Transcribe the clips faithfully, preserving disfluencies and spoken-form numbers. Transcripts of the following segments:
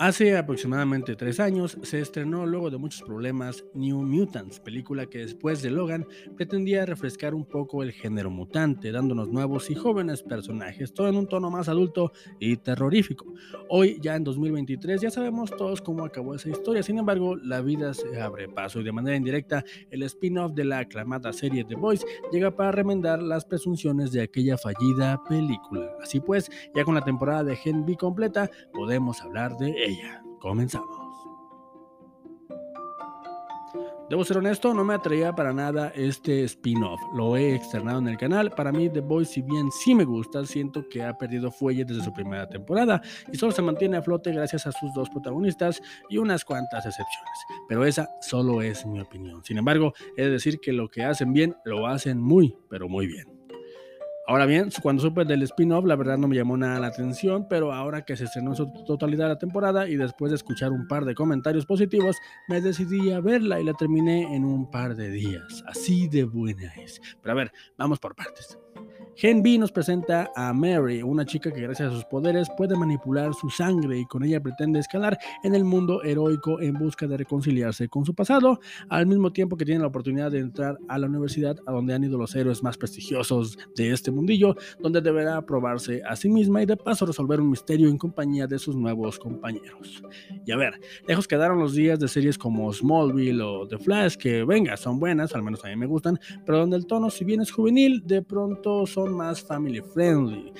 Hace aproximadamente tres años se estrenó, luego de muchos problemas, New Mutants, película que después de Logan pretendía refrescar un poco el género mutante, dándonos nuevos y jóvenes personajes, todo en un tono más adulto y terrorífico. Hoy, ya en dos mil veintitrés, ya sabemos todos cómo acabó esa historia. Sin embargo, la vida se abre paso y de manera indirecta el spin-off de la aclamada serie The Boys llega para remendar las presunciones de aquella fallida película. Así pues, ya con la temporada de Gen V completa, podemos hablar de ella. Comenzamos. Debo ser honesto, no me atraía para nada este spin-off. Lo he externado en el canal. Para mí, The Boys, si bien sí me gusta, siento que ha perdido fuelle desde su primera temporada y solo se mantiene a flote gracias a sus dos protagonistas y unas cuantas excepciones. Pero esa solo es mi opinión. Sin embargo, he de decir que lo que hacen bien, lo hacen muy, pero muy bien. Ahora bien, cuando supe del spin-off, la verdad no me llamó nada la atención, pero ahora que se estrenó en su totalidad la temporada y después de escuchar un par de comentarios positivos, me decidí a verla y la terminé en un par de días. Así de buena es. Pero a ver, vamos por partes. Gen V nos presenta a Mary, una chica que gracias a sus poderes puede manipular su sangre y con ella pretende escalar en el mundo heroico en busca de reconciliarse con su pasado, al mismo tiempo que tiene la oportunidad de entrar a la universidad a donde han ido los héroes más prestigiosos de este mundillo, donde deberá probarse a sí misma y de paso resolver un misterio en compañía de sus nuevos compañeros. Y a ver, lejos quedaron los días de series como Smallville o The Flash, que venga, son buenas, al menos a mí me gustan, pero donde el tono, si bien es juvenil, de pronto son más family friendly.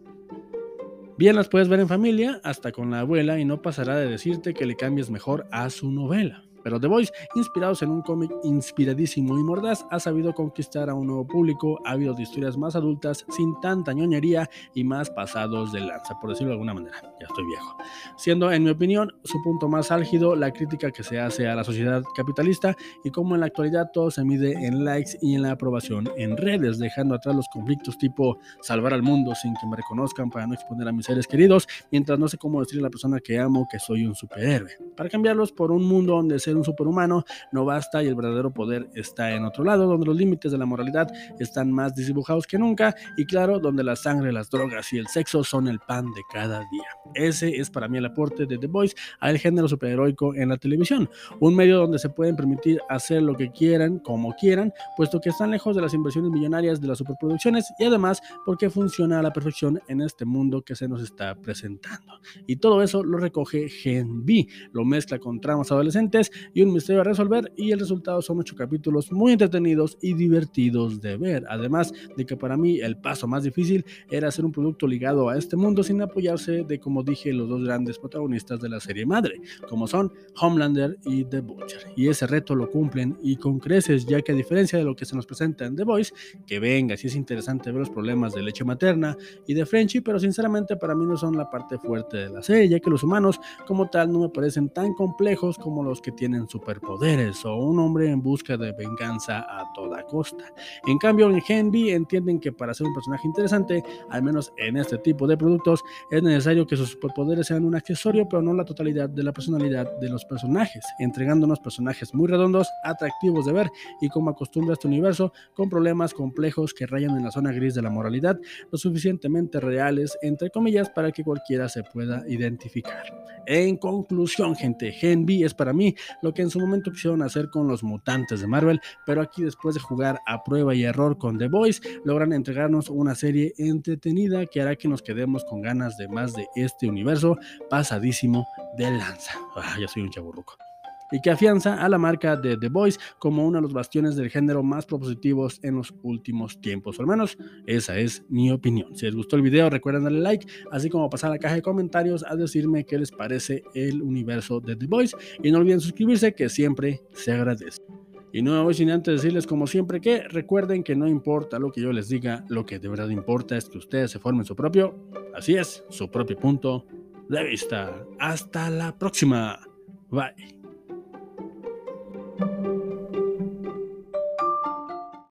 Bien las puedes ver en familia, hasta con la abuela, y no pasará de decirte que le cambies mejor a su novela. Pero The Boys, inspirados en un cómic inspiradísimo y mordaz, ha sabido conquistar a un nuevo público, ha habido de historias más adultas, sin tanta ñoñería y más pasados de lanza, por decirlo de alguna manera. Ya estoy viejo. Siendo, en mi opinión, su punto más álgido la crítica que se hace a la sociedad capitalista y cómo en la actualidad todo se mide en likes y en la aprobación en redes, dejando atrás los conflictos tipo salvar al mundo sin que me reconozcan para no exponer a mis seres queridos, mientras no sé cómo decirle a la persona que amo que soy un superhéroe, para cambiarlos por un mundo donde ser un superhumano no basta y el verdadero poder está en otro lado, donde los límites de la moralidad están más desdibujados que nunca y claro, donde la sangre, las drogas y el sexo son el pan de cada día. Ese es para mí el aporte de The Boys al género superheroico en la televisión, un medio donde se pueden permitir hacer lo que quieran, como quieran, puesto que están lejos de las inversiones millonarias de las superproducciones y además porque funciona a la perfección en este mundo que se nos está presentando. Y todo eso lo recoge Gen V, lo mezcla con tramas adolescentes y un misterio a resolver y el resultado son ocho capítulos muy entretenidos y divertidos de ver, además de que para mí el paso más difícil era hacer un producto ligado a este mundo sin apoyarse de, como dije, los dos grandes protagonistas de la serie madre, como son Homelander y The Butcher, y ese reto lo cumplen y con creces, ya que a diferencia de lo que se nos presenta en The Boys, que venga, sí es interesante ver los problemas de leche materna y de Frenchie, pero sinceramente para mí no son la parte fuerte de la serie, ya que los humanos como tal no me parecen tan complejos como los que tienen superpoderes o un hombre en busca de venganza a toda costa. En cambio, en Gen V entienden que para ser un personaje interesante, al menos en este tipo de productos, es necesario que sus superpoderes sean un accesorio, pero no la totalidad de la personalidad de los personajes, entregándonos personajes muy redondos, atractivos de ver y como acostumbra este universo, con problemas complejos que rayan en la zona gris de la moralidad, lo suficientemente reales, entre comillas, para que cualquiera se pueda identificar. En conclusión, gente, Gen V es para mí lo que en su momento quisieron hacer con los mutantes de Marvel, pero aquí después de jugar a prueba y error con The Boys, logran entregarnos una serie entretenida que hará que nos quedemos con ganas de más de este universo pasadísimo de lanza. Ah, ya soy un chaburruco. Y que afianza a la marca de The Boys como uno de los bastiones del género más propositivos en los últimos tiempos, o al menos esa es mi opinión. Si les gustó el video, recuerden darle like, así como pasar a la caja de comentarios a decirme qué les parece el universo de The Boys, y no olviden suscribirse, que siempre se agradece. Y no me voy sin antes decirles, como siempre, que recuerden que no importa lo que yo les diga, lo que de verdad importa es que ustedes se formen su propio, así es, su propio punto de vista. Hasta la próxima. Bye.